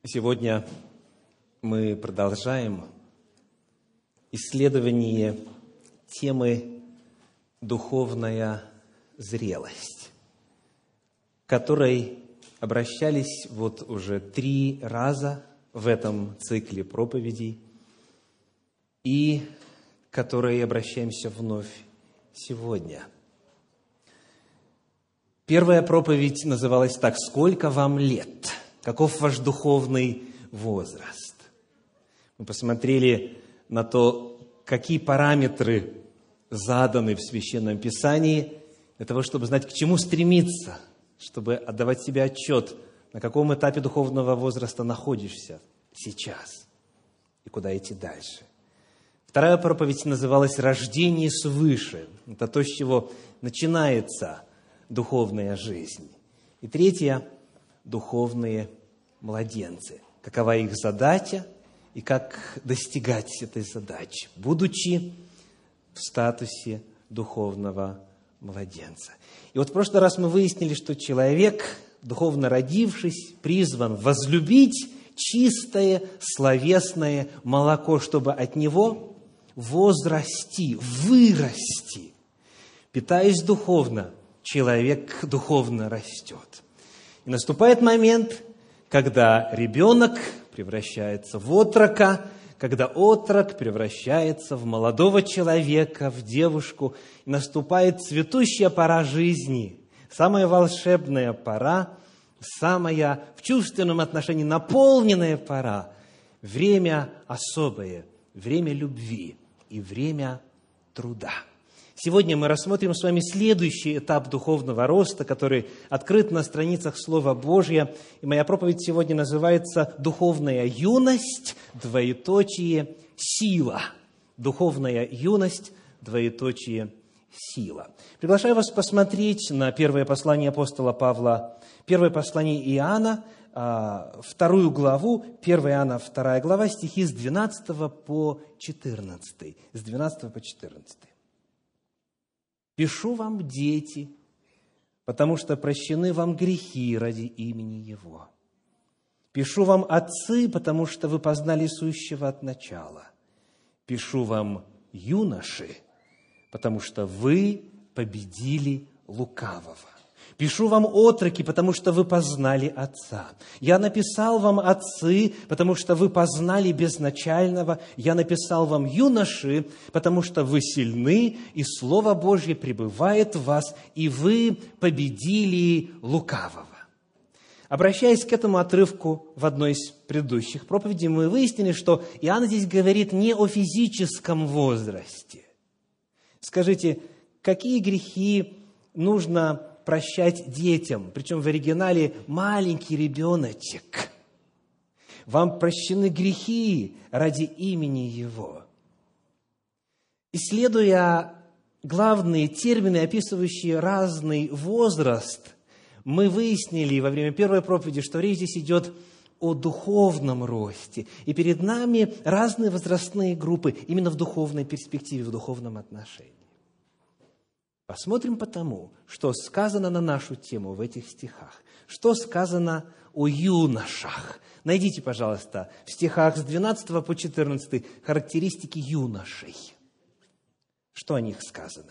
Сегодня мы продолжаем исследование темы «Духовная зрелость», к которой обращались уже 3 раза в этом цикле проповедей и к которой обращаемся вновь сегодня. Первая проповедь называлась так: «Сколько вам лет? Каков ваш духовный возраст?» Мы посмотрели на то, какие параметры заданы в Священном Писании для того, чтобы знать, к чему стремиться, чтобы отдавать себе отчет, на каком этапе духовного возраста находишься сейчас и куда идти дальше. Вторая проповедь называлась «Рождение свыше». Это то, с чего начинается духовная жизнь. И третья – духовные младенцы. Какова их задача и как достигать этой задачи, будучи в статусе духовного младенца. И в прошлый раз мы выяснили, что человек, духовно родившись, призван возлюбить чистое словесное молоко, чтобы от него возрасти, вырасти. Питаясь духовно, человек духовно растет. И наступает момент, когда ребенок превращается в отрока, когда отрок превращается в молодого человека, в девушку. И наступает цветущая пора жизни, самая волшебная пора, самая в чувственном отношении наполненная пора, время особое, время любви и время труда. Сегодня мы рассмотрим с вами следующий этап духовного роста, который открыт на страницах Слова Божьего. И моя проповедь сегодня называется «Духовная юность, сила». Духовная юность, сила. Приглашаю вас посмотреть на первое послание апостола Павла, первое послание Иоанна, 2 главу, 1 Иоанна, 2 глава, стихи с 12 по 14. С 12 по 14. «Пишу вам, дети, потому что прощены вам грехи ради имени Его. Пишу вам, отцы, потому что вы познали сущего от начала. Пишу вам, юноши, потому что вы победили лукавого. Пишу вам, отроки, потому что вы познали Отца. Я написал вам, отцы, потому что вы познали безначального. Я написал вам, юноши, потому что вы сильны, и Слово Божье пребывает в вас, и вы победили лукавого». Обращаясь к этому отрывку в одной из предыдущих проповедей, мы выяснили, что Иоанн здесь говорит не о физическом возрасте. Скажите, какие грехи нужно прощать детям, причем в оригинале маленький ребеночек? Вам прощены грехи ради имени Его. Исследуя главные термины, описывающие разный возраст, мы выяснили во время первой проповеди, что речь здесь идет о духовном росте. И перед нами разные возрастные группы именно в духовной перспективе, в духовном отношении. Посмотрим потому, что сказано на нашу тему в этих стихах. Что сказано о юношах. Найдите, пожалуйста, в стихах с 12 по 14 характеристики юношей. Что о них сказано?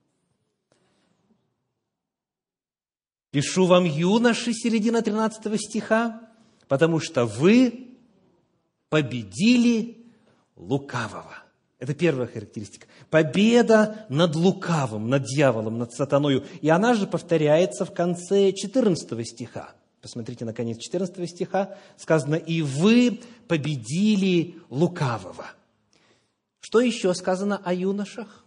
«Пишу вам, юноши», середина 13 стиха, «потому что вы победили лукавого». Это первая характеристика. Победа над лукавым, над дьяволом, над сатаною. И она же повторяется в конце 14 стиха. Посмотрите на конец 14 стиха. Сказано: «И вы победили лукавого». Что еще сказано о юношах?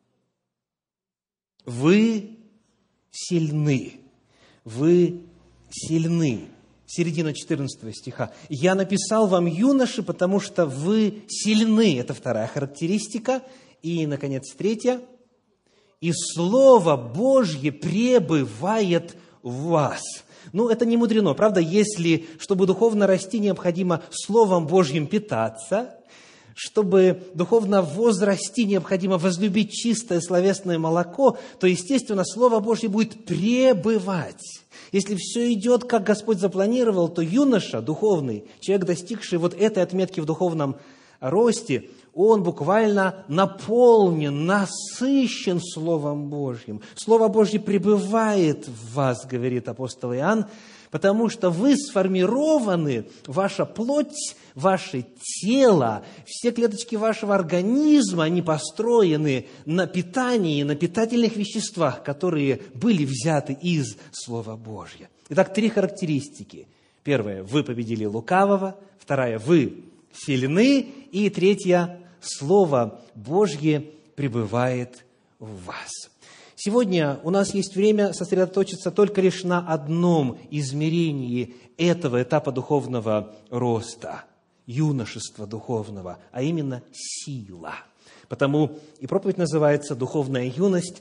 Вы сильны. Вы сильны. Середина 14 стиха. «Я написал вам, юноши, потому что вы сильны». Это вторая характеристика. И, наконец, третья. «И Слово Божье пребывает в вас». Это не мудрено, правда? Если, чтобы духовно расти, необходимо Словом Божьим питаться, чтобы духовно возрасти, необходимо возлюбить чистое словесное молоко, то, естественно, Слово Божье будет пребывать. Если все идет, как Господь запланировал, то юноша духовный, человек, достигший вот этой отметки в духовном росте, он буквально наполнен, насыщен Словом Божьим. Слово Божье пребывает в вас, говорит апостол Иоанн, потому что вы сформированы, ваша плоть, ваше тело, все клеточки вашего организма, они построены на питании, на питательных веществах, которые были взяты из Слова Божьего. Итак, 3 характеристики. Первая – вы победили лукавого. Вторая – вы сильны. И третья – Слово Божье пребывает в вас. Сегодня у нас есть время сосредоточиться только лишь на одном измерении этого этапа духовного роста, юношества духовного, а именно сила. Потому и проповедь называется «Духовная юность,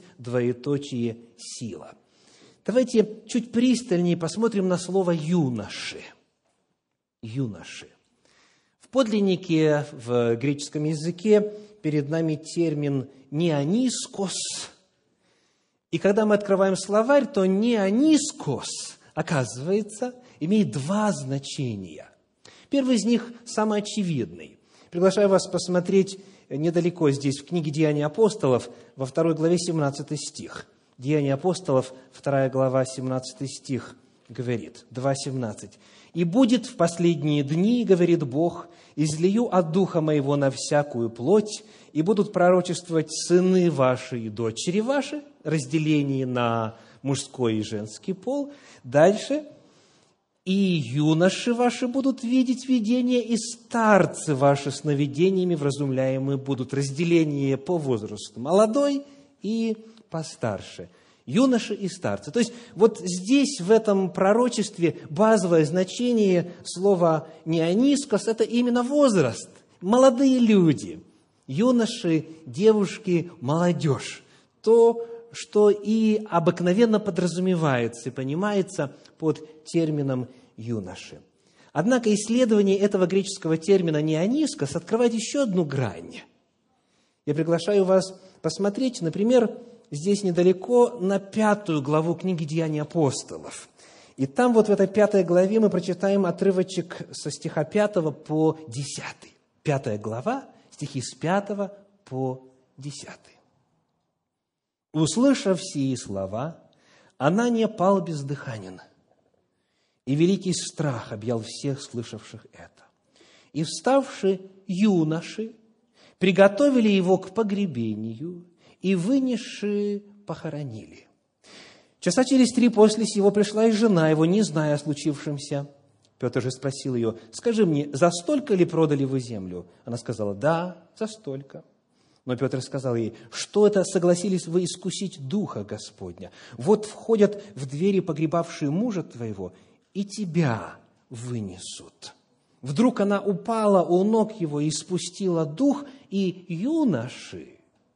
сила». Давайте чуть пристальнее посмотрим на слово «юноши». Юноши. В подлиннике, в греческом языке, перед нами термин «неонискос». И когда мы открываем словарь, то «неонискос», оказывается, имеет 2 значения. Первый из них самый очевидный. Приглашаю вас посмотреть недалеко здесь, в книге «Деяния апостолов», во 2 главе 17 стих. «Деяния апостолов», 2 глава, 17 стих, говорит, 2:17. «И будет в последние дни, говорит Бог, излию от Духа Моего на всякую плоть, и будут пророчествовать сыны ваши и дочери ваши», разделение на мужской и женский пол. Дальше. «И юноши ваши будут видеть видения, и старцы ваши сновидениями вразумляемые будут». Разделение по возрасту. Молодой и постарше. Юноши и старцы. То есть, вот здесь, в этом пророчестве, базовое значение слова «неонискос» – это именно возраст. Молодые люди. Юноши, девушки, молодежь. То, что и обыкновенно подразумевается и понимается под термином «юноши». Однако исследование этого греческого термина «неонискос» открывает еще одну грань. Я приглашаю вас посмотреть, например, здесь недалеко на 5 главу книги «Деяния апостолов». И там вот в этой 5 главе мы прочитаем отрывочек со стиха 5 по 10. 5 глава, стихи с 5 по 10. «Услышав сии слова, Анания пал бездыханен, и великий страх объял всех слышавших это. И вставши юноши, приготовили его к погребению, и вынесши похоронили. Часа через 3 после сего пришла и жена его, не зная о случившемся. Петр же спросил ее: скажи мне, за столько ли продали вы землю? Она сказала: да, за столько. Но Петр сказал ей: что это согласились вы искусить Духа Господня? Вот входят в двери погребавшие мужа твоего, и тебя вынесут. Вдруг она упала у ног его и испустила дух, и юноши,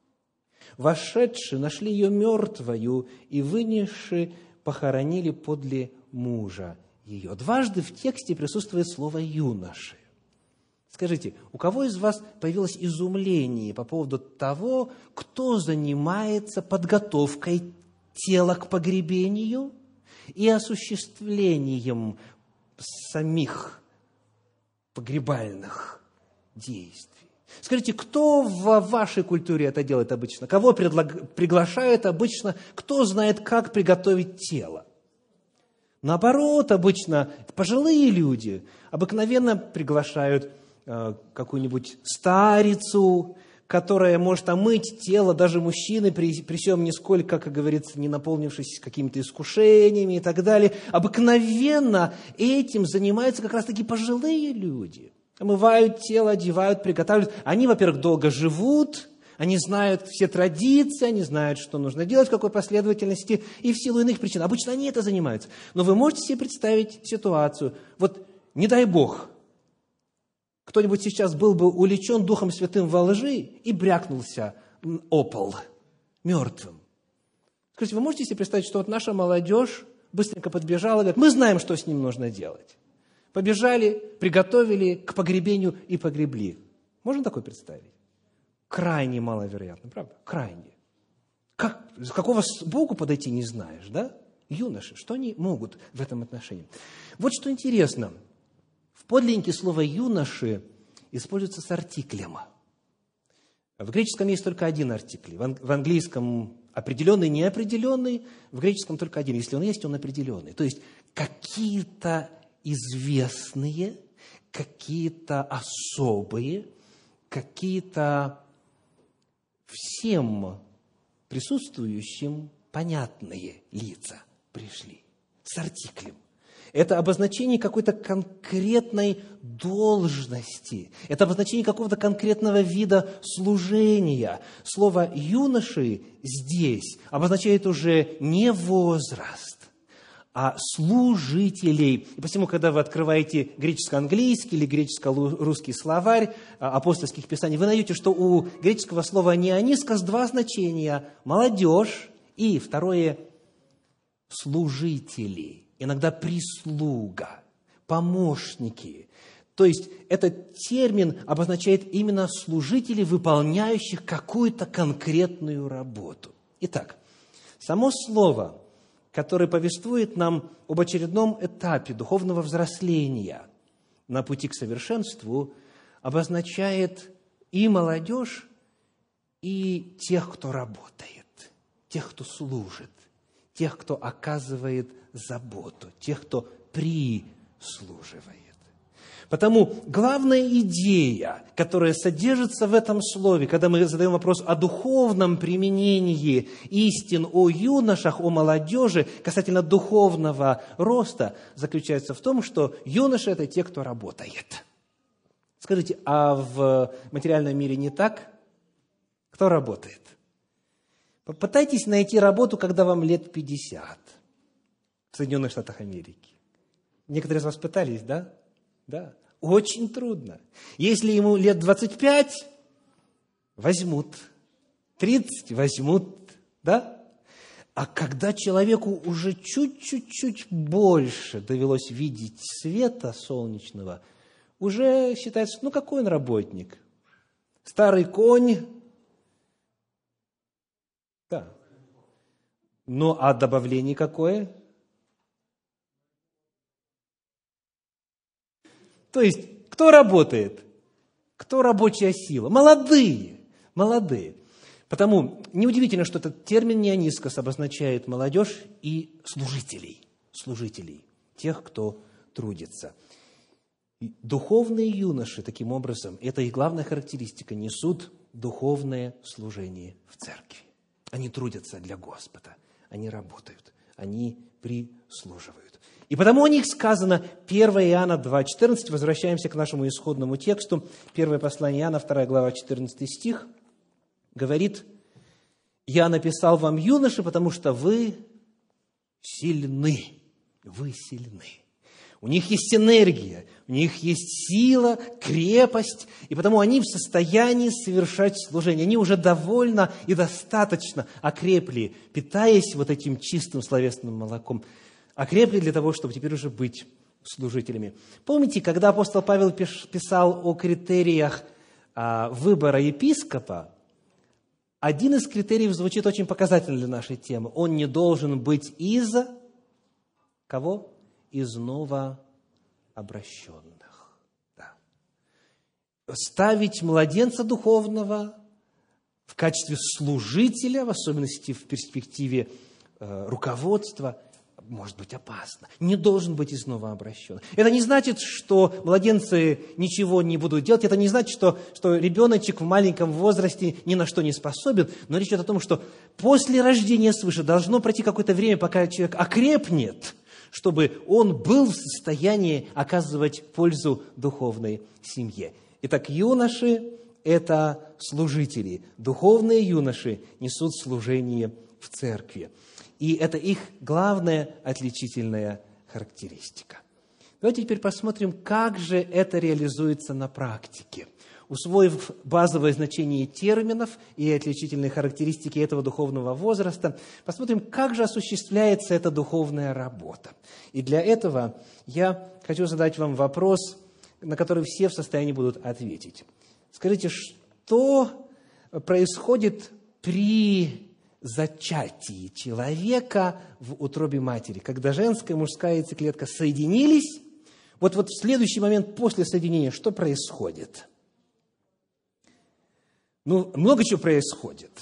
вошедшие, нашли ее мертвою, и, вынесши, похоронили подле мужа ее. Дважды в тексте присутствует слово «юноши». Скажите, у кого из вас появилось изумление по поводу того, кто занимается подготовкой тела к погребению и осуществлением самих погребальных действий? Скажите, кто в вашей культуре это делает обычно? Кого приглашают обычно? Кто знает, как приготовить тело? Наоборот, обычно пожилые люди обыкновенно приглашают какую-нибудь старицу, которая может омыть тело, даже мужчины, при всем нисколько, как говорится, не наполнившись какими-то искушениями и так далее. Обыкновенно этим занимаются как раз-таки пожилые люди. Омывают тело, одевают, приготавливают. Они, во-первых, долго живут, они знают все традиции, они знают, что нужно делать, в какой последовательности, и в силу иных причин. Обычно они это занимаются. Но вы можете себе представить ситуацию, вот не дай Бог, кто-нибудь сейчас был бы увлечен Духом Святым во лжи и брякнулся о пол мертвым. Скажите, вы можете себе представить, что вот наша молодежь быстренько подбежала и говорит: мы знаем, что с ним нужно делать. Побежали, приготовили к погребению и погребли. Можно такое представить? Крайне маловероятно, правда? Крайне. Как, с какого Богу подойти не знаешь, да? Юноши, что они могут в этом отношении? Вот что интересно. В подлиннике слово «юноши» используется с артиклем. В греческом есть только один артикль. В английском определенный, неопределенный. В греческом только один. Если он есть, он определенный. То есть какие-то известные, какие-то особые, какие-то всем присутствующим понятные лица пришли с артиклем. Это обозначение какой-то конкретной должности. Это обозначение какого-то конкретного вида служения. Слово «юноши» здесь обозначает уже не возраст, а служителей. И посему, когда вы открываете греческо-английский или греческо-русский словарь апостольских писаний, вы найдете, что у греческого слова «неонискос» два значения – молодежь и второе – служители. Иногда прислуга, помощники. То есть этот термин обозначает именно служителей, выполняющих какую-то конкретную работу. Итак, само слово, которое повествует нам об очередном этапе духовного взросления на пути к совершенству, обозначает и молодежь, и тех, кто работает, тех, кто служит, тех, кто оказывает заботу, тех, кто прислуживает. Потому главная идея, которая содержится в этом слове, когда мы задаем вопрос о духовном применении истин о юношах, о молодежи, касательно духовного роста, заключается в том, что юноши – это те, кто работает. Скажите, а в материальном мире не так? Кто работает? Попытайтесь найти работу, когда вам лет 50 в Соединенных Штатах Америки. Некоторые из вас пытались, да? Да. Очень трудно. Если ему лет 25, возьмут. 30 возьмут, да? А когда человеку уже чуть-чуть больше довелось видеть света солнечного, уже считается, ну какой он работник? Старый конь. Да. Ну, а добавление какое? То есть, кто работает? Кто рабочая сила? Молодые. Потому неудивительно, что этот термин «неонискос» обозначает молодежь и служителей, тех, кто трудится. Духовные юноши, таким образом, это их главная характеристика, несут духовное служение в церкви. Они трудятся для Господа, они работают, они прислуживают. И потому о них сказано 1 Иоанна 2,14. Возвращаемся к нашему исходному тексту. Первое послание Иоанна, 2 глава, 14 стих, говорит: «Я написал вам, юноши, потому что вы сильны». Вы сильны. У них есть энергия, у них есть сила, крепость, и потому они в состоянии совершать служение. Они уже довольно и достаточно окрепли, питаясь вот этим чистым словесным молоком. Окрепли для того, чтобы теперь уже быть служителями. Помните, когда апостол Павел писал о критериях выбора епископа, один из критериев звучит очень показательно для нашей темы. Он не должен быть из кого? Из новообращенных. Да. Ставить младенца духовного в качестве служителя, в особенности в перспективе руководства, может быть опасно. Не должен быть из новообращенных. Это не значит, что младенцы ничего не будут делать. Это не значит, что ребеночек в маленьком возрасте ни на что не способен. Но речь идет о том, что после рождения свыше должно пройти какое-то время, пока человек окрепнет, чтобы он был в состоянии оказывать пользу духовной семье. Итак, юноши – это служители. Духовные юноши несут служение в церкви. И это их главная отличительная характеристика. Давайте теперь посмотрим, как же это реализуется на практике. Усвоив базовое значение терминов и отличительные характеристики этого духовного возраста, посмотрим, как же осуществляется эта духовная работа. И для этого я хочу задать вам вопрос, на который все в состоянии будут ответить. Скажите, что происходит при зачатии человека в утробе матери, когда женская и мужская яйцеклетка соединились? Вот в следующий момент после соединения что происходит? Много чего происходит.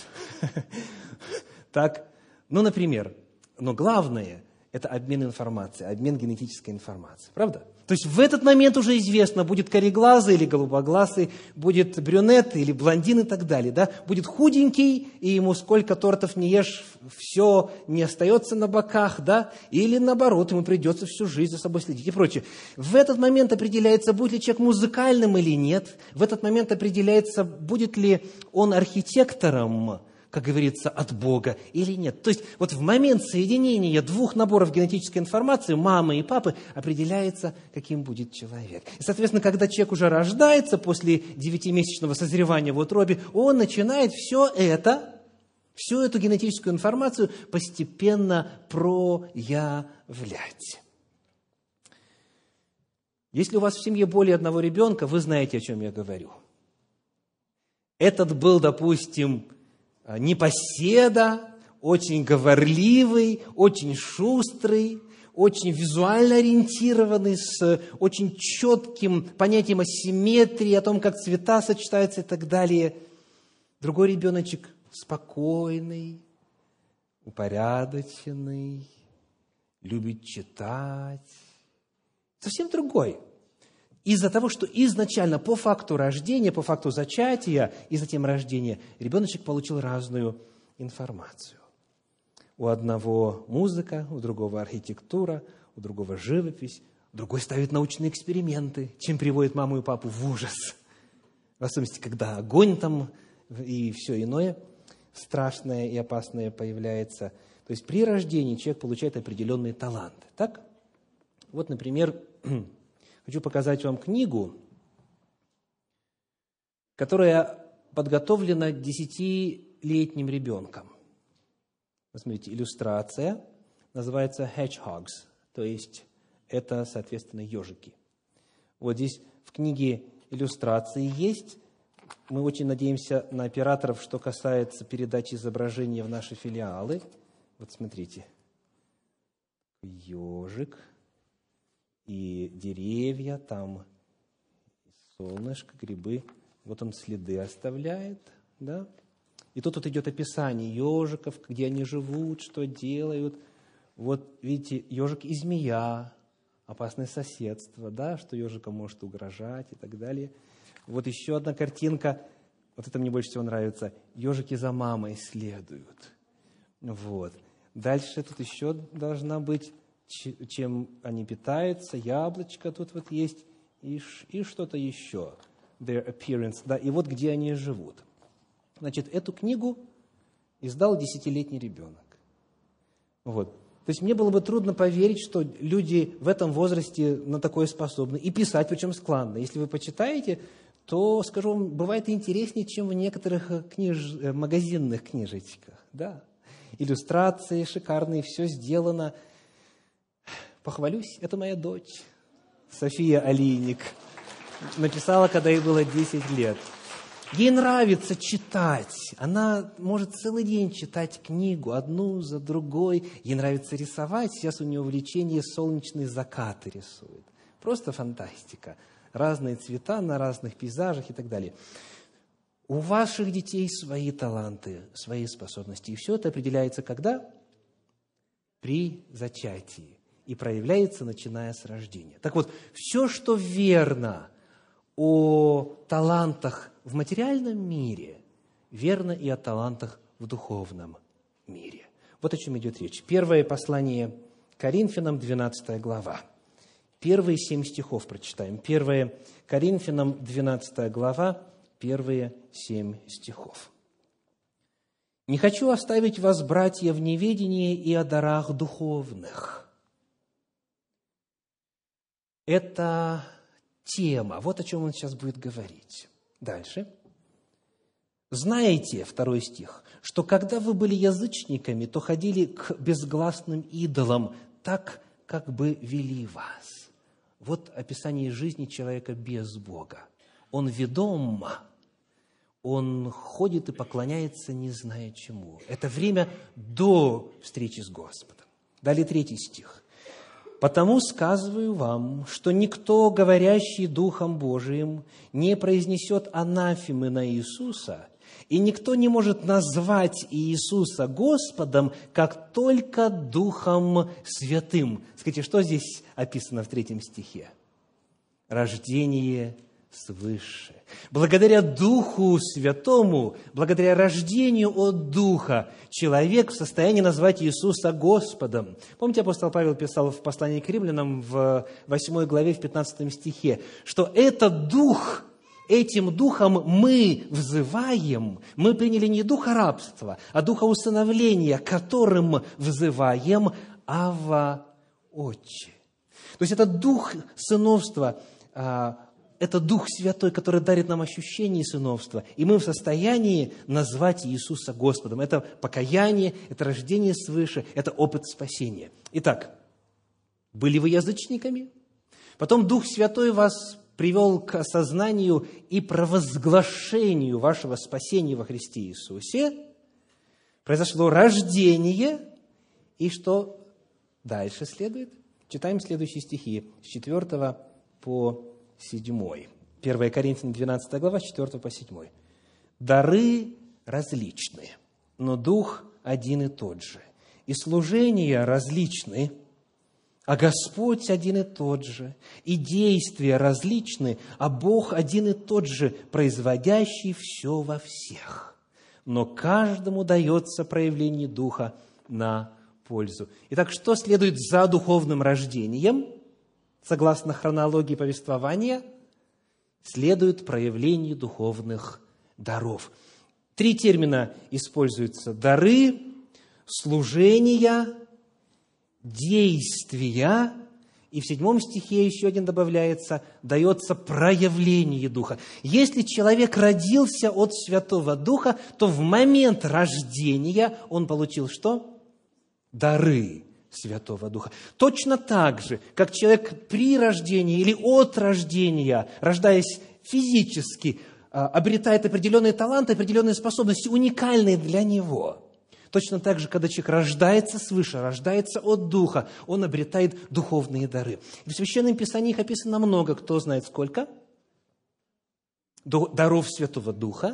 Так, например, но главное – это обмен информацией, обмен генетической информацией. Правда? То есть в этот момент уже известно, будет кореглазый или голубоглазый, будет брюнет или блондин и так далее. Да? Будет худенький, и ему сколько тортов не ешь, все не остается на боках, да? Или наоборот, ему придется всю жизнь за собой следить и прочее. В этот момент определяется, будет ли человек музыкальным или нет. В этот момент определяется, будет ли он архитектором, как говорится, от Бога или нет. То есть вот в момент соединения двух наборов генетической информации, мамы и папы, определяется, каким будет человек. И, соответственно, когда человек уже рождается после 9-месячного созревания в утробе, он начинает всю эту генетическую информацию постепенно проявлять. Если у вас в семье более одного ребенка, вы знаете, о чем я говорю. Этот был, допустим, непоседа, очень говорливый, очень шустрый, очень визуально ориентированный, с очень четким понятием асимметрии, о том, как цвета сочетаются и так далее. Другой ребеночек спокойный, упорядоченный, любит читать. Совсем другой. Из-за того, что изначально по факту рождения, по факту зачатия и затем рождения ребеночек получил разную информацию. У одного музыка, у другого архитектура, у другого живопись, другой ставит научные эксперименты, чем приводит маму и папу в ужас. В особенности, когда огонь там и все иное страшное и опасное появляется. То есть при рождении человек получает определенные таланты. Так? Вот, например, хочу показать вам книгу, которая подготовлена 10-летним ребенком. Посмотрите, иллюстрация называется hedgehogs, то есть это, соответственно, ежики. Вот здесь в книге иллюстрации есть. Мы очень надеемся на операторов, что касается передачи изображения в наши филиалы. Вот смотрите, ежик. И деревья, там солнышко, грибы. Вот он следы оставляет, да? И тут вот идет описание ежиков, где они живут, что делают. Вот видите, ежик и змея, опасное соседство, да, что ежика может угрожать и так далее. Вот еще одна картинка, вот это мне больше всего нравится. Ежики за мамой следуют. Вот. Дальше тут еще должна быть, чем они питаются, яблочко тут вот есть, и что-то еще. Their appearance, да, и вот где они живут. Значит, эту книгу издал 10-летний ребенок. Вот. То есть мне было бы трудно поверить, что люди в этом возрасте на такое способны. И писать, причем складно. Если вы почитаете, то, скажу вам, бывает интереснее, чем в некоторых магазинных книжечках. Да. Иллюстрации шикарные, все сделано. Похвалюсь, это моя дочь, София Алийник. Написала, когда ей было 10 лет. Ей нравится читать. Она может целый день читать книгу, одну за другой. Ей нравится рисовать. Сейчас у нее увлечение солнечные закаты рисует. Просто фантастика. Разные цвета на разных пейзажах и так далее. У ваших детей свои таланты, свои способности. И все это определяется когда? При зачатии. И проявляется, начиная с рождения. Так вот, все, что верно о талантах в материальном мире, верно и о талантах в духовном мире. Вот о чем идет речь. Первое послание Коринфянам, 12 глава. Первые 7 стихов прочитаем. 1 Коринфянам, 12 глава, первые 7 стихов. «Не хочу оставить вас, братья, в неведении и о дарах духовных». Это тема. Вот о чем он сейчас будет говорить. Дальше. «Знаете, 2 стих, что когда вы были язычниками, то ходили к безгласным идолам, так, как бы вели вас». Вот описание жизни человека без Бога. Он ведом он ходит и поклоняется, не зная чему. Это время до встречи с Господом. Далее 3 стих. «Потому сказываю вам, что никто, говорящий Духом Божиим, не произнесет анафемы на Иисуса, и никто не может назвать Иисуса Господом, как только Духом Святым». Скажите, что здесь описано в 3 стихе? Рождение свыше. Благодаря Духу Святому, благодаря рождению от Духа, человек в состоянии назвать Иисуса Господом. Помните, апостол Павел писал в послании к римлянам в 8 главе, в 15 стихе, что этот Дух, этим Духом мы взываем, мы приняли не Духа рабства, а Духа усыновления, которым взываем Авва, Отче. То есть это Дух сыновства, это Дух Святой, который дарит нам ощущение сыновства, и мы в состоянии назвать Иисуса Господом. Это покаяние, это рождение свыше, это опыт спасения. Итак, были вы язычниками? Потом Дух Святой вас привел к осознанию и провозглашению вашего спасения во Христе Иисусе. Произошло рождение, и что дальше следует? Читаем следующие стихи с 4 по 7. 1 Коринфянам 12 глава, с 4 по 7. «Дары различны, но Дух один и тот же, и служения различны, а Господь один и тот же, и действия различны, а Бог один и тот же, производящий все во всех. Но каждому дается проявление Духа на пользу». Итак, что следует за духовным рождением? Согласно хронологии повествования, следует проявление духовных даров. 3 термина используются: дары, служения, действия. И в 7 стихе еще один добавляется: дается проявление Духа. Если человек родился от Святого Духа, то в момент рождения он получил что? Дары Святого Духа. Точно так же, как человек при рождении или от рождения, рождаясь физически, обретает определенные таланты, определенные способности, уникальные для него. Точно так же, когда человек рождается свыше, рождается от Духа, он обретает духовные дары. И в Священном Писании их описано много. Кто знает сколько? Даров Святого Духа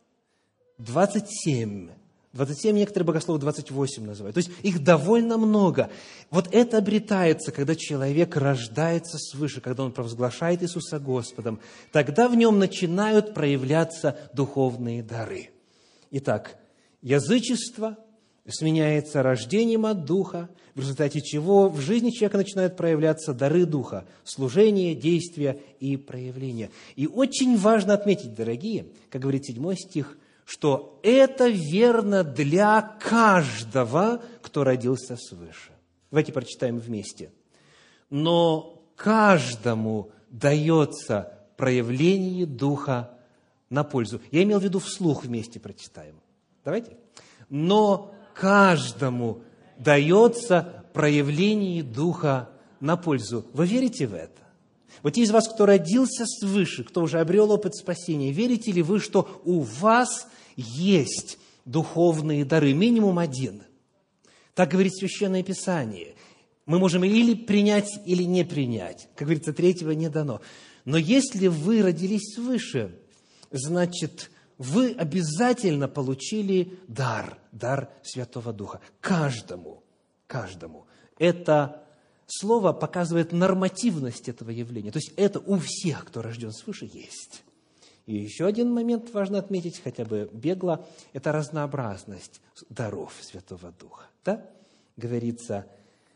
27. 27, некоторые богословы 28 называют. То есть их довольно много. Вот это обретается, когда человек рождается свыше, когда он провозглашает Иисуса Господом. Тогда в нем начинают проявляться духовные дары. Итак, язычество сменяется рождением от Духа, в результате чего в жизни человека начинают проявляться дары Духа, служение, действия и проявления. И очень важно отметить, дорогие, как говорит 7 стих, что это верно для каждого, кто родился свыше. Давайте прочитаем вместе. «Но каждому дается проявление Духа на пользу». Я имел в виду вслух вместе прочитаем. Давайте. «Но каждому дается проявление Духа на пользу». Вы верите в это? Вот те из вас, кто родился свыше, кто уже обрел опыт спасения, верите ли вы, что у вас есть духовные дары, минимум один? Так говорит Священное Писание. Мы можем или принять, или не принять. Как говорится, третьего не дано. Но если вы родились свыше, значит, вы обязательно получили дар Святого Духа. Каждому. Это слово показывает нормативность этого явления. То есть это у всех, кто рожден свыше, есть. И еще один момент важно отметить, хотя бы бегло, это разнообразность даров Святого Духа. Да? Говорится,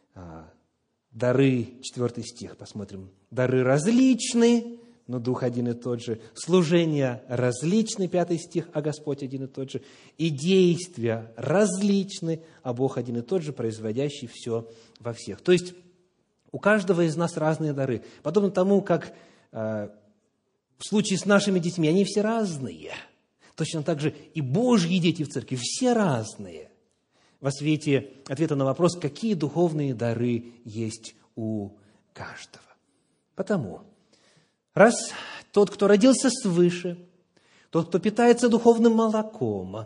дары, 4 стих, посмотрим. Дары различны, но Дух один и тот же. Служения различны, 5 стих, а Господь один и тот же. И действия различны, а Бог один и тот же, производящий все во всех. То есть у каждого из нас разные дары. Подобно тому, как в случае с нашими детьми, они все разные. Точно так же и Божьи дети в церкви, все разные. Во свете ответа на вопрос, какие духовные дары есть у каждого. Потому, раз тот, кто родился свыше, тот, кто питается духовным молоком,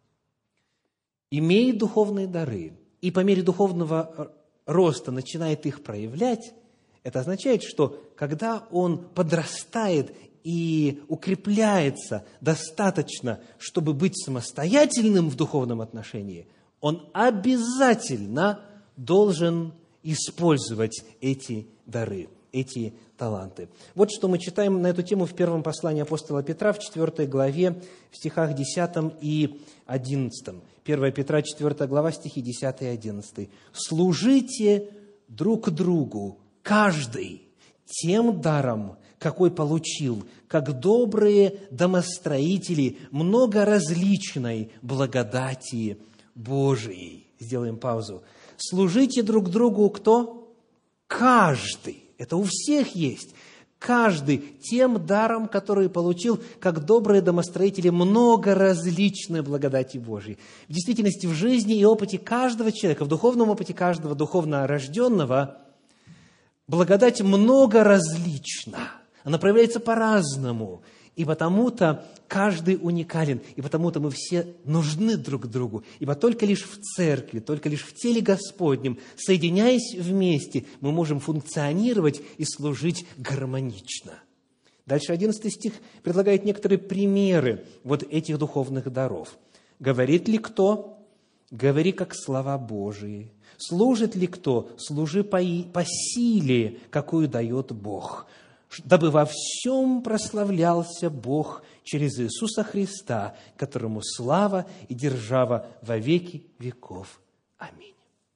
имеет духовные дары, и по мере духовного роста начинает их проявлять, это означает, что когда он подрастает и укрепляется достаточно, чтобы быть самостоятельным в духовном отношении, он обязательно должен использовать эти дары, эти таланты. Вот что мы читаем на эту тему в первом послании апостола Петра, в 4 главе, в стихах 10 и 11. 1 Петра, 4 глава, стихи 10 и 11. «Служите друг другу, каждый, тем даром, какой получил, как добрые домостроители многоразличной благодати Божией». Сделаем паузу. Служите друг другу кто? Каждый. Это у всех есть. Каждый тем даром, который получил, как добрые домостроители многоразличной благодати Божией. В действительности, в жизни и опыте каждого человека, в духовном опыте каждого духовно рожденного, благодать многоразлична. Она проявляется по-разному. И потому-то каждый уникален, и потому-то мы все нужны друг другу. Ибо только лишь в церкви, только лишь в теле Господнем, соединяясь вместе, мы можем функционировать и служить гармонично. Дальше 11 стих предлагает некоторые примеры вот этих духовных даров. «Говорит ли кто? Говори, как слова Божии. Служит ли кто? Служи по силе, какую дает Бог. Дабы во всем прославлялся Бог через Иисуса Христа, которому слава и держава во веки веков. Аминь».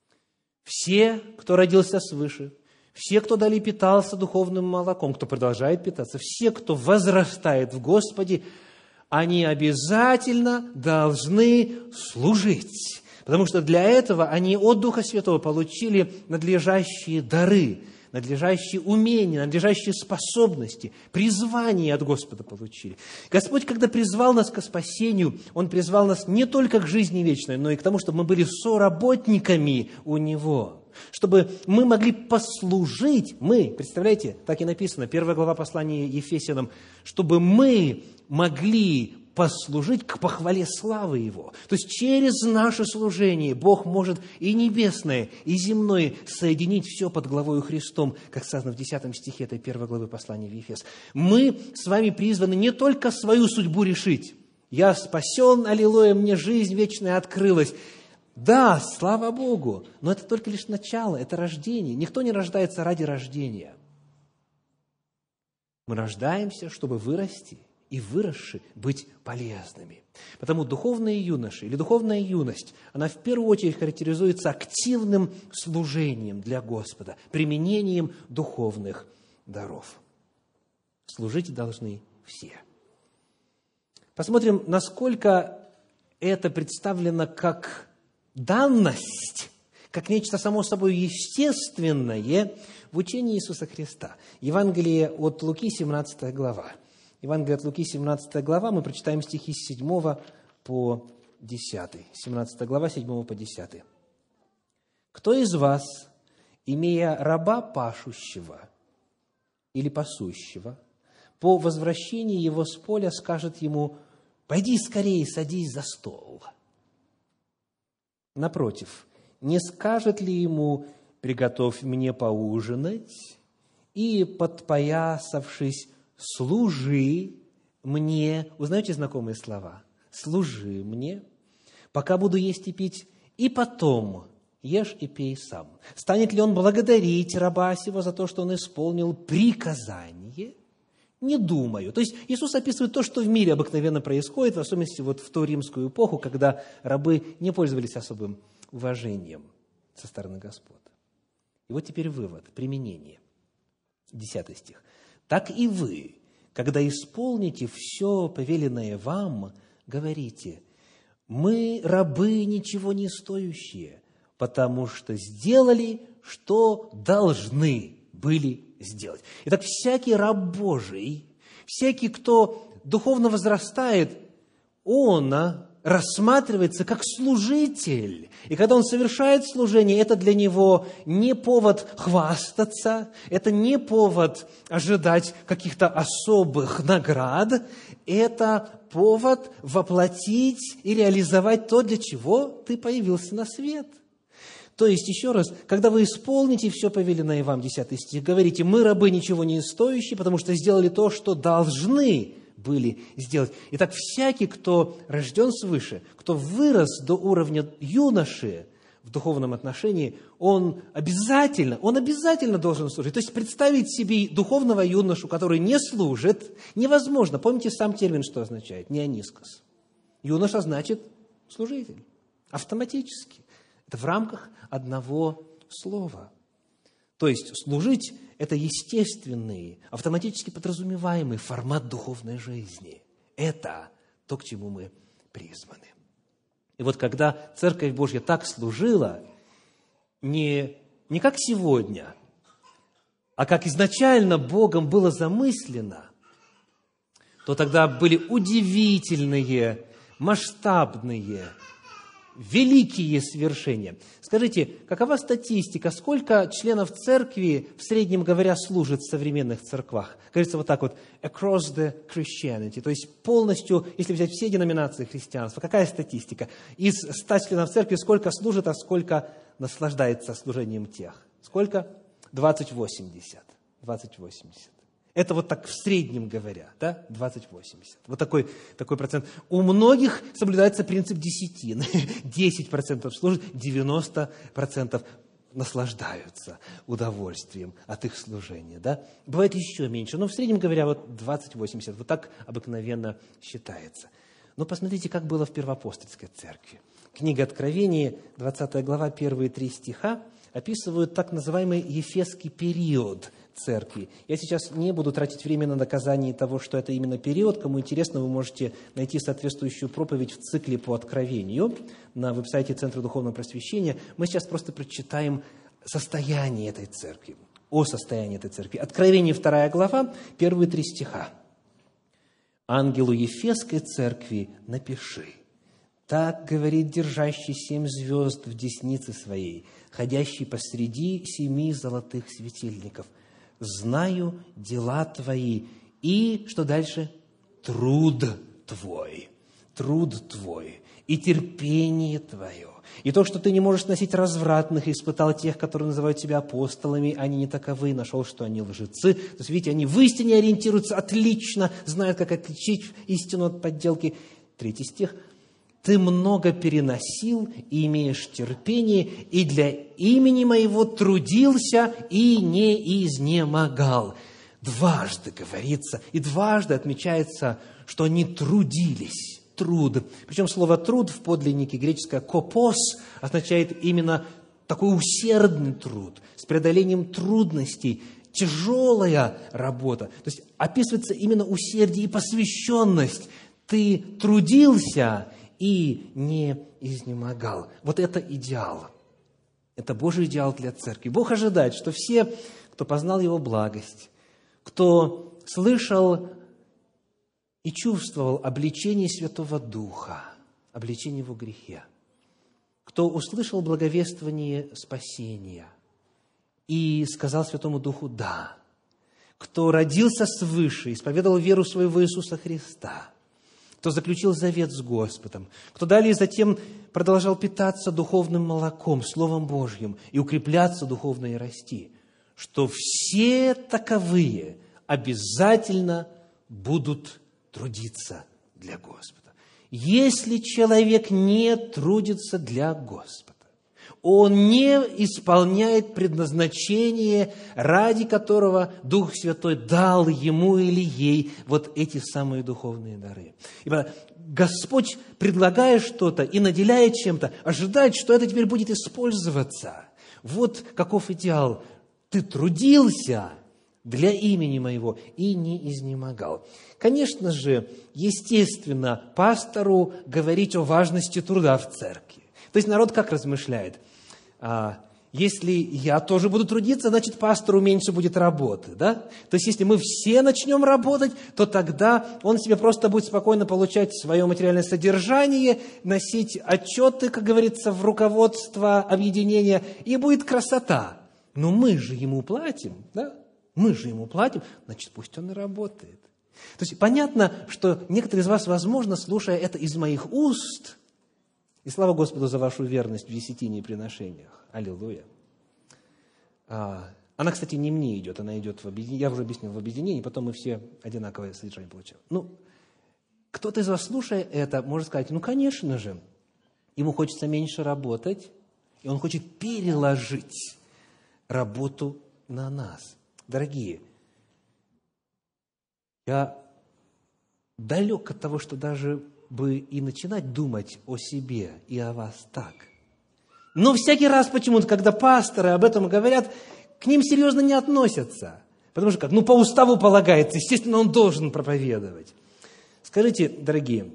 Все, кто родился свыше, все, кто далее питался духовным молоком, кто продолжает питаться, все, кто возрастает в Господе, они обязательно должны служить. Потому что для этого они от Духа Святого получили надлежащие дары, надлежащие умения, надлежащие способности, призвание от Господа получили. Господь, когда призвал нас к спасению, Он призвал нас не только к жизни вечной, но и к тому, чтобы мы были соработниками у Него, чтобы мы могли послужить, мы, представляете, так и написано, 1 глава послания Ефесянам, чтобы мы могли послужить к похвале славы Его. То есть через наше служение Бог может и небесное, и земное соединить все под главою Христом, как сказано в 10 стихе этой 1 главы послания в Ефес. Мы с вами призваны не только свою судьбу решить. Я спасен, аллилуйя, мне жизнь вечная открылась. Да, слава Богу, но это только лишь начало, это рождение. Никто не рождается ради рождения. Мы рождаемся, чтобы вырасти, и выросши быть полезными. Потому духовные юноши или духовная юность, она в первую очередь характеризуется активным служением для Господа, применением духовных даров. Служить должны все. Посмотрим, насколько это представлено как данность, как нечто само собой естественное в учении Иисуса Христа. Евангелие от Луки, 17 глава. Евангелие от Луки, 17 глава, мы прочитаем стихи с 7 по 10. 17 глава, 7 по 10. «Кто из вас, имея раба пашущего или пасущего, по возвращении его с поля скажет ему: пойди скорее, садись за стол? Напротив, не скажет ли ему: приготовь мне поужинать, и, подпоясавшись, служи мне». Узнаете знакомые слова? «Служи мне, пока буду есть и пить, и потом ешь и пей сам». Станет ли он благодарить раба сего за то, что он исполнил приказание? Не думаю. То есть Иисус описывает то, что в мире обыкновенно происходит, в особенности вот в ту римскую эпоху, когда рабы не пользовались особым уважением со стороны господ. И вот теперь вывод, применение. 10 стих. «Так и вы, когда исполните все повеленное вам, говорите: мы рабы ничего не стоящие, потому что сделали, что должны были сделать». Итак, всякий раб Божий, всякий, кто духовно возрастает, он рассматривается как служитель. И когда он совершает служение, это для него не повод хвастаться, это не повод ожидать каких-то особых наград, это повод воплотить и реализовать то, для чего ты появился на свет. То есть, еще раз, когда вы исполните все повеленное вам, 10 стих, говорите: мы, рабы, ничего не стоящие, потому что сделали то, что должны были сделать. Итак, всякий, кто рожден свыше, кто вырос до уровня юноши в духовном отношении, он обязательно должен служить. То есть, представить себе духовного юношу, который не служит, невозможно. Помните сам термин, что означает? Неонискос. Юноша значит служитель. Автоматически. Это в рамках одного слова. То есть, служить – это естественный, автоматически подразумеваемый формат духовной жизни. Это то, к чему мы призваны. И вот когда Церковь Божья так служила, не как сегодня, а как изначально Богом было замыслено, то тогда были удивительные, масштабные, великие свершения. Скажите, какова статистика, сколько членов церкви, в среднем говоря, служит в современных церквах? Говорится вот так вот: across the Christianity, то есть полностью, если взять все деноминации христианства, какая статистика? Из 100 членов церкви сколько служит, а сколько наслаждается служением тех? Сколько? 20-80. Это вот так в среднем говоря, да? 20-80. Вот такой процент. У многих соблюдается принцип десятины. 10% служат, 90% наслаждаются удовольствием от их служения. Да? Бывает еще меньше, но в среднем говоря, вот 20-80. Вот так обыкновенно считается. Но посмотрите, как было в первоапостольской церкви. Книга Откровения, 20 глава, первые 3 стиха, описывают так называемый Ефесский период церкви. Я сейчас не буду тратить время на доказание того, что это именно период. Кому интересно, вы можете найти соответствующую проповедь в цикле по Откровению на веб-сайте Центра Духовного Просвещения. Мы сейчас просто прочитаем состояние этой церкви, о состоянии этой церкви. Откровение 2 глава, первые 3 стиха. «Ангелу Ефесской церкви напиши: так говорит держащий 7 звезд в деснице своей, ходящий посреди 7 золотых светильников. Знаю дела твои и, что дальше? Труд твой, и терпение твое, и то, что ты не можешь носить развратных, испытал тех, которые называют себя апостолами, они не таковы, нашел, что они лжецы». То есть, видите, они в истине ориентируются отлично, знают, как отличить истину от подделки. 3 стих. «Ты много переносил и имеешь терпение, и для имени моего трудился и не изнемогал». Дважды говорится, и дважды отмечается, что они трудились. Труд. Причем слово «труд» в подлиннике греческое «копос» означает именно такой усердный труд, с преодолением трудностей, тяжелая работа. То есть описывается именно усердие и посвященность. Ты трудился и не изнемогал. Вот это идеал. Это Божий идеал для церкви. Бог ожидает, что все, кто познал Его благость, кто слышал и чувствовал обличение Святого Духа, обличение во грехе, кто услышал благовествование спасения и сказал Святому Духу «да», кто родился свыше, исповедовал веру свою в Иисуса Христа, кто заключил завет с Господом, кто далее затем продолжал питаться духовным молоком, Словом Божьим, и укрепляться духовно и расти, что все таковые обязательно будут трудиться для Господа. Если человек не трудится для Господа, он не исполняет предназначение, ради которого Дух Святой дал ему или ей вот эти самые духовные дары. Ибо Господь, предлагая что-то и наделяя чем-то, ожидает, что это теперь будет использоваться. Вот каков идеал. Ты трудился для имени моего и не изнемогал. Конечно же, естественно, пастору говорить о важности труда в церкви. То есть народ как размышляет? если я тоже буду трудиться, значит, пастору меньше будет работы, да? То есть, если мы все начнем работать, то тогда он себе просто будет спокойно получать свое материальное содержание, носить отчеты, как говорится, в руководство объединения, и будет красота. Но мы же ему платим, да? Мы же ему платим, значит, пусть он и работает. То есть, понятно, что некоторые из вас, возможно, слушая это из моих уст, и слава Господу за вашу верность в десятине и приношениях. Аллилуйя. Она, кстати, не мне идет, она идет в объединение. Я уже объяснил в объединении, потом мы все одинаковое содержание получаем. Кто-то из вас, слушая это, может сказать, конечно же, ему хочется меньше работать, и он хочет переложить работу на нас. Дорогие, я далек от того, что даже бы и начинать думать о себе и о вас так. Но всякий раз почему-то, когда пасторы об этом говорят, к ним серьезно не относятся. Потому что по уставу полагается, естественно, он должен проповедовать. Скажите, дорогие,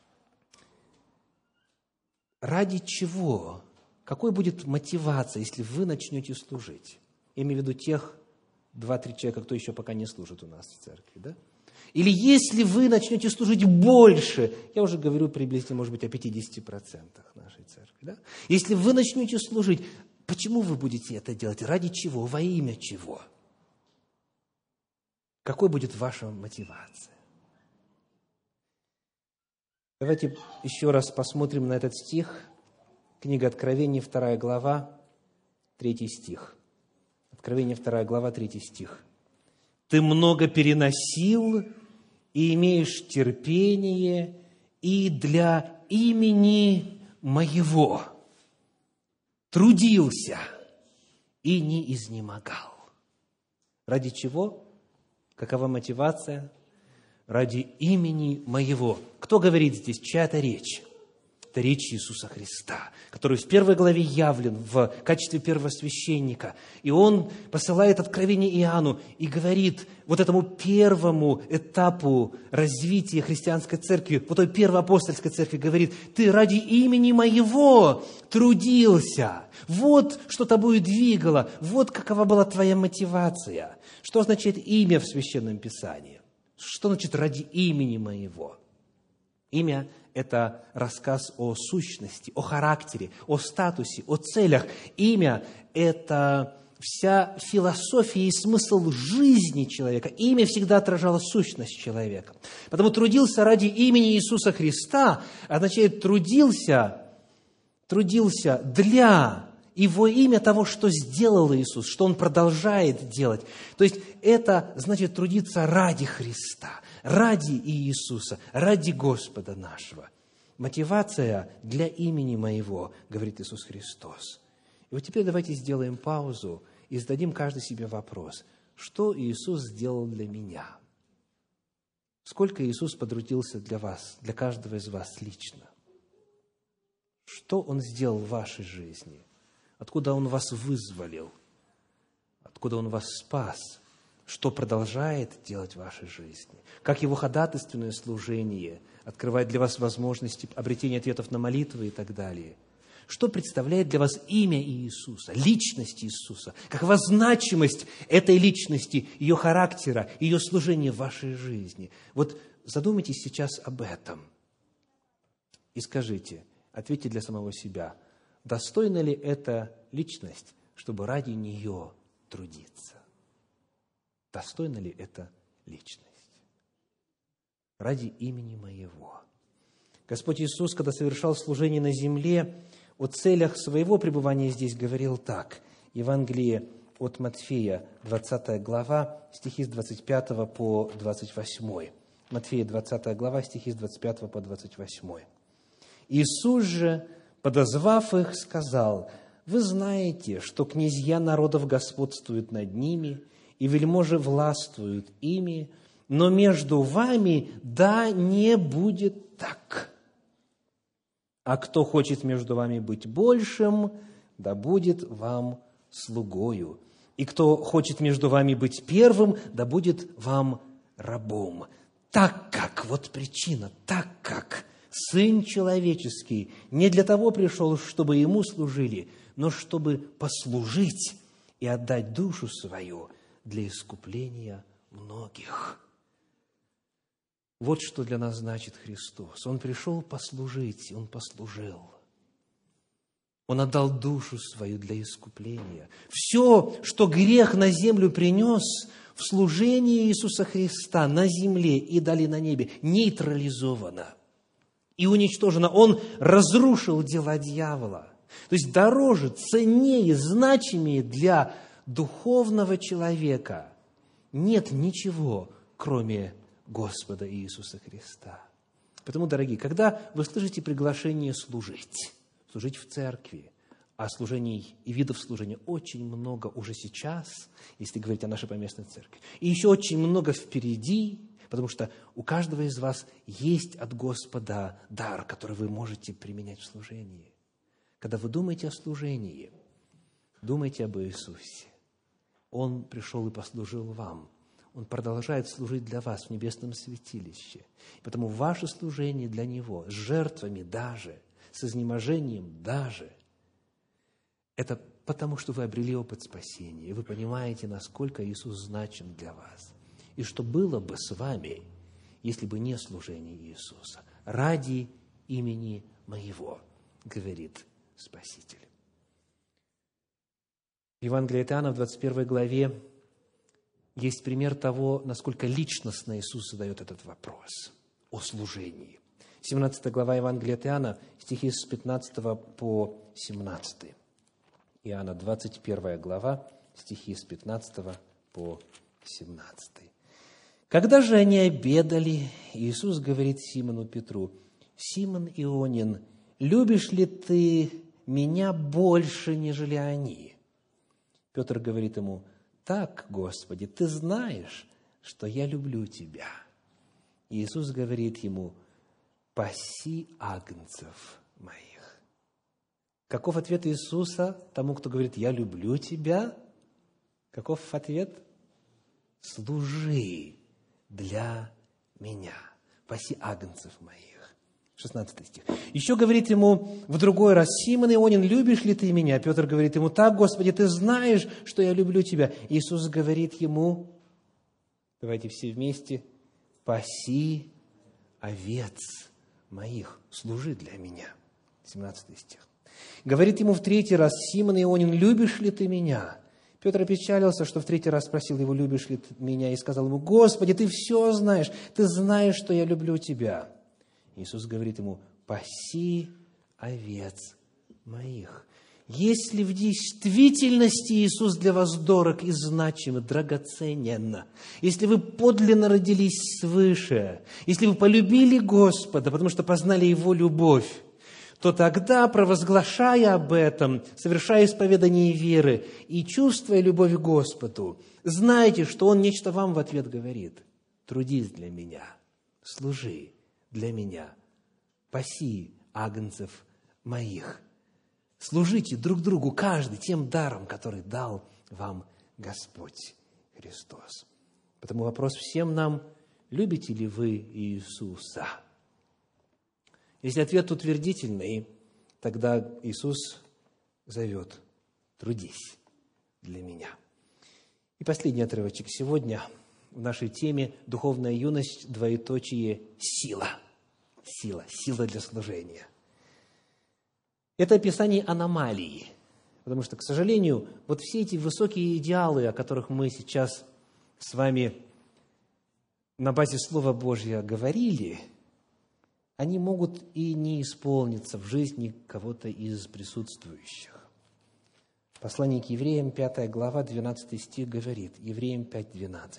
ради чего, какой будет мотивация, если вы начнете служить? Я имею в виду тех 2-3 человека, кто еще пока не служит у нас в церкви, да? Или если вы начнете служить больше, я уже говорю приблизительно, может быть, о 50% нашей церкви, да? Если вы начнете служить, почему вы будете это делать? Ради чего? Во имя чего? Какой будет ваша мотивация? Давайте еще раз посмотрим на этот стих. Книга Откровения, 2 глава, 3 стих. Откровение, 2 глава, 3 стих. «Ты много переносил и имеешь терпение, и для имени моего трудился и не изнемогал». Ради чего? Какова мотивация? Ради имени моего. Кто говорит здесь? Чья-то речь? Это речь Иисуса Христа, который в 1 главе явлен в качестве первосвященника. И он посылает откровение Иоанну и говорит вот этому первому этапу развития христианской церкви, вот той первой апостольской церкви, говорит: ты ради имени моего трудился. Вот что тобою двигало, вот какова была твоя мотивация. Что означает имя в Священном Писании? Что значит ради имени моего? Имя – это рассказ о сущности, о характере, о статусе, о целях. Имя – это вся философия и смысл жизни человека. Имя всегда отражало сущность человека. Потому трудился ради имени Иисуса Христа означает трудился для и во имя того, что сделал Иисус, что Он продолжает делать. То есть это значит трудиться ради Христа, ради Иисуса, ради Господа нашего. Мотивация для имени моего, говорит Иисус Христос. И вот теперь давайте сделаем паузу и зададим каждый себе вопрос: что Иисус сделал для меня? Сколько Иисус потрудился для вас, для каждого из вас лично? Что Он сделал в вашей жизни? Откуда Он вас вызволил? Откуда Он вас спас? Что продолжает делать в вашей жизни? Как Его ходатайственное служение открывает для вас возможности обретения ответов на молитвы и так далее? Что представляет для вас имя Иисуса, личность Иисуса? Какова значимость этой личности, ее характера, ее служения в вашей жизни? Вот задумайтесь сейчас об этом и скажите, ответьте для самого себя: достойна ли эта личность, чтобы ради нее трудиться? Достойна ли эта личность? Ради имени моего. Господь Иисус, когда совершал служение на земле, о целях своего пребывания здесь говорил так. Евангелие от Матфея, 20 глава, стихи с 25 по 28. Матфея, 20 глава, стихи с 25 по 28. Иисус же, подозвав их, сказал: «Вы знаете, что князья народов господствуют над ними, и вельможи властвуют ими, но между вами да не будет так. А кто хочет между вами быть большим, да будет вам слугою. И кто хочет между вами быть первым, да будет вам рабом. Так как, вот причина, так как Сын Человеческий не для того пришел, чтобы Ему служили, но чтобы послужить и отдать душу свою для искупления многих». Вот что для нас значит Христос. Он пришел послужить, Он послужил. Он отдал душу свою для искупления. Все, что грех на землю принес, в служении Иисуса Христа на земле и далее на небе нейтрализовано и уничтожено. Он разрушил дела дьявола. То есть дороже, ценнее, значимее для духовного человека нет ничего, кроме Господа Иисуса Христа. Поэтому, дорогие, когда вы слышите приглашение служить в церкви, а служений и видов служения очень много уже сейчас, если говорить о нашей поместной церкви, и еще очень много впереди, потому что у каждого из вас есть от Господа дар, который вы можете применять в служении. Когда вы думаете о служении, думайте об Иисусе. Он пришел и послужил вам. Он продолжает служить для вас в небесном святилище. Поэтому ваше служение для Него, с жертвами даже, с изнеможением даже, это потому, что вы обрели опыт спасения, и вы понимаете, насколько Иисус значим для вас. И что было бы с вами, если бы не служение Иисуса? «Ради имени Моего», говорит Спаситель. В Евангелии от Иоанна в 21 главе есть пример того, насколько личностно Иисус задает этот вопрос о служении. 17 глава Евангелия от Иоанна, стихи с 15 по 17. Иоанна, 21 глава, стихи с 15 по 17. «Когда же они обедали, Иисус говорит Симону Петру: „Симон Ионин, любишь ли ты Меня больше, нежели они?“ Петр говорит ему: „Так, Господи, Ты знаешь, что я люблю Тебя“. Иисус говорит ему: „Паси агнцев моих“». Каков ответ Иисуса тому, кто говорит: „Я люблю тебя“? Каков ответ? «Служи для Меня, паси агнцев моих». 16 стих. Еще говорит ему в другой раз: „Симон Ионин, любишь ли ты Меня?“ Петр говорит ему: „Так, Господи, Ты знаешь, что я люблю Тебя“. Иисус говорит ему, давайте все вместе: „Паси овец моих“, служи для Меня. 17 стих. Говорит ему в третий раз: „Симон Ионин, любишь ли ты Меня?“ Петр опечалился, что в третий раз спросил его: „Любишь ли ты Меня?“ И сказал ему: „Господи, Ты все знаешь, Ты знаешь, что я люблю Тебя“. Иисус говорит ему: „Паси овец моих“. Если в действительности Иисус для вас дорог и значим, и драгоценен, если вы подлинно родились свыше, если вы полюбили Господа, потому что познали Его любовь, то тогда, провозглашая об этом, совершая исповедание веры и чувствуя любовь к Господу, знайте, что Он нечто вам в ответ говорит: „Трудись для Меня, служи для Меня, паси агнцев моих“. Служите друг другу, каждый тем даром, который дал вам Господь Христос. Потому вопрос всем нам: любите ли вы Иисуса? Если ответ утвердительный, тогда Иисус зовет: «Трудись для Меня». И последний отрывочек сегодня в нашей теме: духовная юность, сила. Сила для служения. Это описание аномалии, потому что, к сожалению, вот все эти высокие идеалы, о которых мы сейчас с вами на базе Слова Божьего говорили, они могут и не исполниться в жизни кого-то из присутствующих. Послание к Евреям, 5 глава, 12 стих говорит, Евреям 5:12.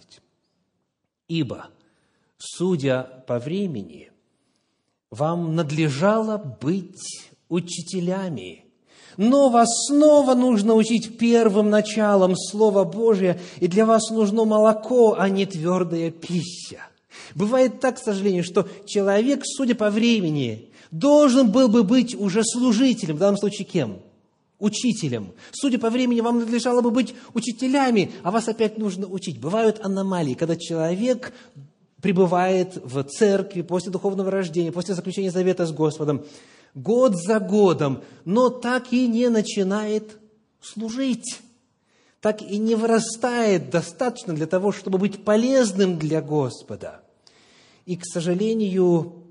«Ибо, судя по времени, вам надлежало быть учителями, но вас снова нужно учить первым началом Слова Божия, и для вас нужно молоко, а не твердая пища». Бывает так, к сожалению, что человек, судя по времени, должен был бы быть уже служителем, в данном случае кем? Учителем. Судя по времени, вам надлежало бы быть учителями, а вас опять нужно учить. Бывают аномалии, когда человек пребывает в церкви после духовного рождения, после заключения завета с Господом, год за годом, но так и не начинает служить, так и не вырастает достаточно для того, чтобы быть полезным для Господа. И, к сожалению,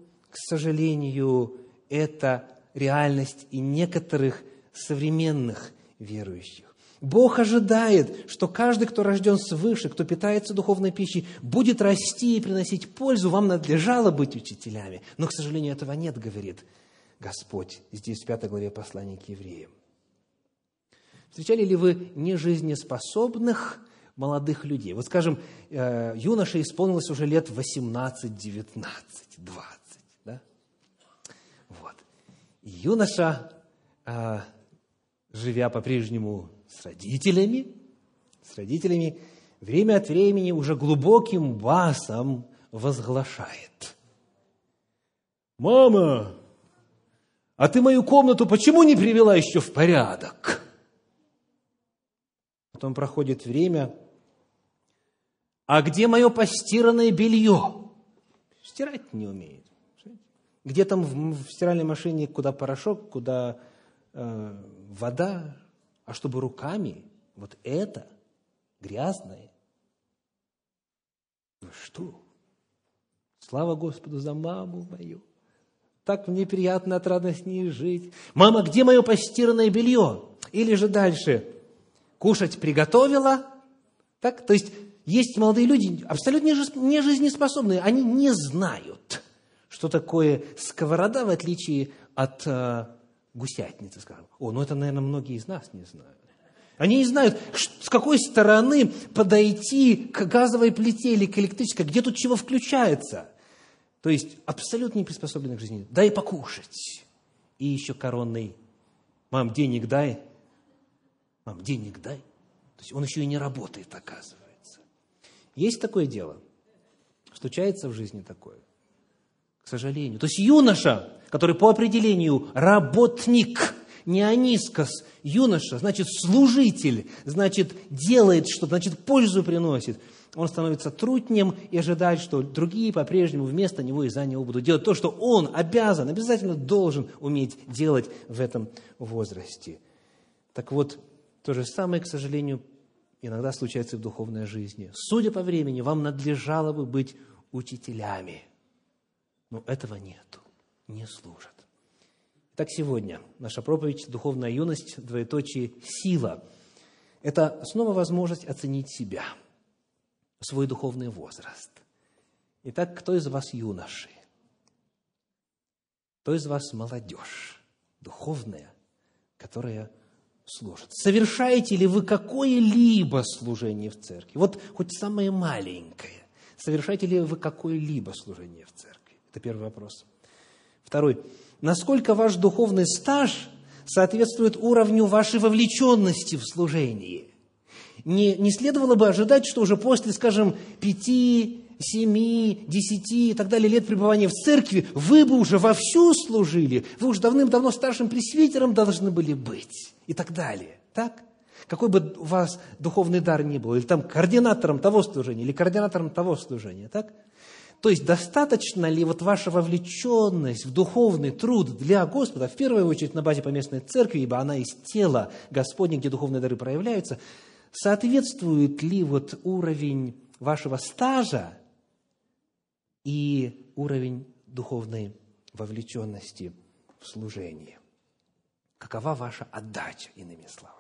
это реальность и некоторых современных верующих. Бог ожидает, что каждый, кто рожден свыше, кто питается духовной пищей, будет расти и приносить пользу. Вам надлежало быть учителями. Но, к сожалению, этого нет, говорит Господь здесь в 5 главе послания к евреям. Встречали ли вы нежизнеспособных молодых людей? Вот, скажем, юноше исполнилось уже лет 18, 19, 20. Да? Вот. И юноша, живя по-прежнему с родителями, время от времени уже глубоким басом возглашает: «Мама, а ты мою комнату почему не привела еще в порядок?» Потом проходит время: «А где мое постиранное белье?» Стирать не умеет. Где там в стиральной машине, куда порошок, куда вода, а чтобы руками вот это грязное. Ну что? Слава Господу за маму мою. Так мне приятно, отрадно с ней жить. «Мама, где мое постиранное белье?» Или же дальше: «Кушать приготовила?» Так? То есть есть молодые люди, абсолютно не жизнеспособные. Они не знают, что такое сковорода, в отличие от гусятницы, скажем. Ну это, наверное, многие из нас не знают. Они не знают, с какой стороны подойти к газовой плите или к электрической, где тут чего включается. То есть абсолютно не приспособлены к жизни. Дай покушать. И еще коронный: «Мам, денег дай». «Мам, денег дай». То есть он еще и не работает, оказывается. Есть такое дело? Случается в жизни такое? К сожалению. То есть юноша, который по определению работник, неонискос, юноша, значит служитель, значит делает что-то, значит пользу приносит, он становится трутнем и ожидает, что другие по-прежнему вместо него и за него будут делать то, что он обязательно должен уметь делать в этом возрасте. Так вот, то же самое, к сожалению, иногда случается и в духовной жизни. Судя по времени, вам надлежало бы быть учителями. Но этого нету, не служат. Итак, сегодня наша проповедь «Духовная юность, сила». Это снова возможность оценить себя, свой духовный возраст. Итак, кто из вас юноши? Кто из вас молодежь, духовная, которая служит? Совершаете ли вы какое-либо служение в церкви? Вот хоть самое маленькое. Совершаете ли вы какое-либо служение в церкви? Это первый вопрос. Второй. Насколько ваш духовный стаж соответствует уровню вашей вовлеченности в служении? Не следовало бы ожидать, что уже после, скажем, 5, 7, 10 и так далее лет пребывания в церкви вы бы уже вовсю служили, вы уже давным-давно старшим пресвитером должны были быть и так далее. Так? Какой бы у вас духовный дар ни был, или там координатором того служения, или координатором того служения, так? То есть достаточно ли вот ваша вовлеченность в духовный труд для Господа, в первую очередь на базе поместной церкви, ибо она из тела Господня, где духовные дары проявляются, соответствует ли вот уровень вашего стажа и уровень духовной вовлеченности в служение? Какова ваша отдача, иными словами?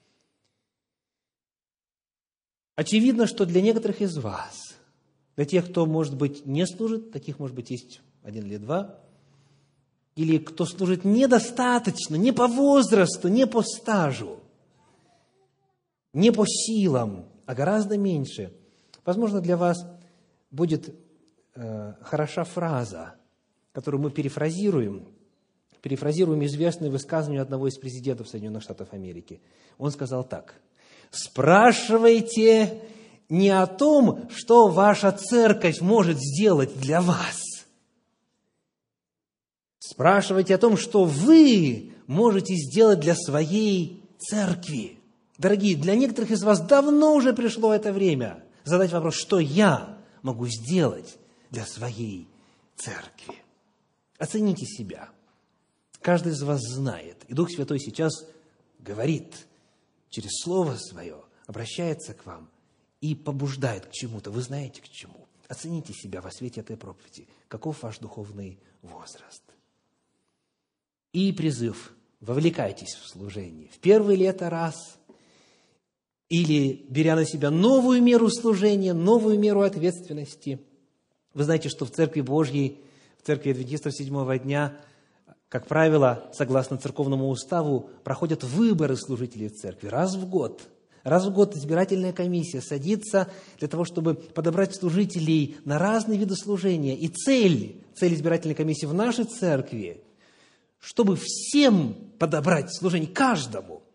Очевидно, что для некоторых из вас, для тех, кто, может быть, не служит, таких, может быть, есть 1 или 2, или кто служит недостаточно, не по возрасту, не по стажу, не по силам, а гораздо меньше. Возможно, для вас будет хороша фраза, которую мы перефразируем известное высказывание одного из президентов Соединенных Штатов Америки. Он сказал так: «Спрашивайте не о том, что ваша церковь может сделать для вас. Спрашивайте о том, что вы можете сделать для своей церкви». Дорогие, для некоторых из вас давно уже пришло это время задать вопрос, что я могу сделать для своей церкви. Оцените себя. Каждый из вас знает, и Дух Святой сейчас говорит через Слово Свое, обращается к вам и побуждает к чему-то. Вы знаете, к чему. Оцените себя во свете этой проповеди. Каков ваш духовный возраст? И призыв: вовлекайтесь в служение. В первое лето раз, или беря на себя новую меру служения, новую меру ответственности. Вы знаете, что в Церкви Божьей, в Церкви Адвентистов Седьмого дня, как правило, согласно церковному уставу, проходят выборы служителей в церкви раз в год. Раз в год избирательная комиссия садится для того, чтобы подобрать служителей на разные виды служения. И цель избирательной комиссии в нашей церкви, чтобы всем подобрать служение, каждому.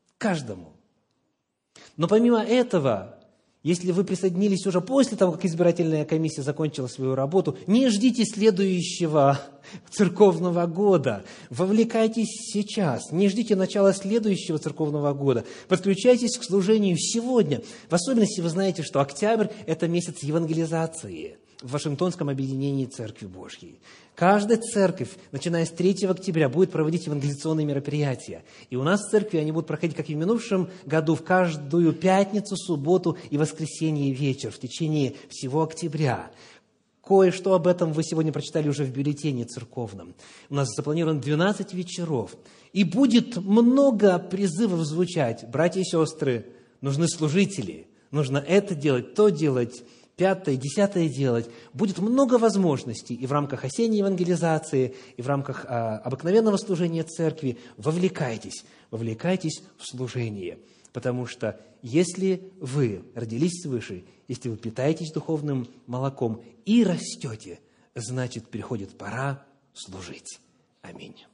Но помимо этого, если вы присоединились уже после того, как избирательная комиссия закончила свою работу, не ждите следующего церковного года. Вовлекайтесь сейчас. Не ждите начала следующего церковного года. Подключайтесь к служению сегодня. В особенности вы знаете, что октябрь – это месяц евангелизации в Вашингтонском объединении Церкви Божьей. Каждая церковь, начиная с 3 октября, будет проводить евангелизационные мероприятия. И у нас в церкви они будут проходить, как и в минувшем году, в каждую пятницу, субботу и воскресенье вечер в течение всего октября. Кое-что об этом вы сегодня прочитали уже в бюллетене церковном. У нас запланировано 12 вечеров. И будет много призывов звучать. Братья и сестры, нужны служители. Нужно это делать, то делать, 5-е, 10-е делать. Будет много возможностей и в рамках осенней евангелизации, и в рамках обыкновенного служения церкви. Вовлекайтесь в служение. Потому что если вы родились свыше, если вы питаетесь духовным молоком и растете, значит, приходит пора служить. Аминь.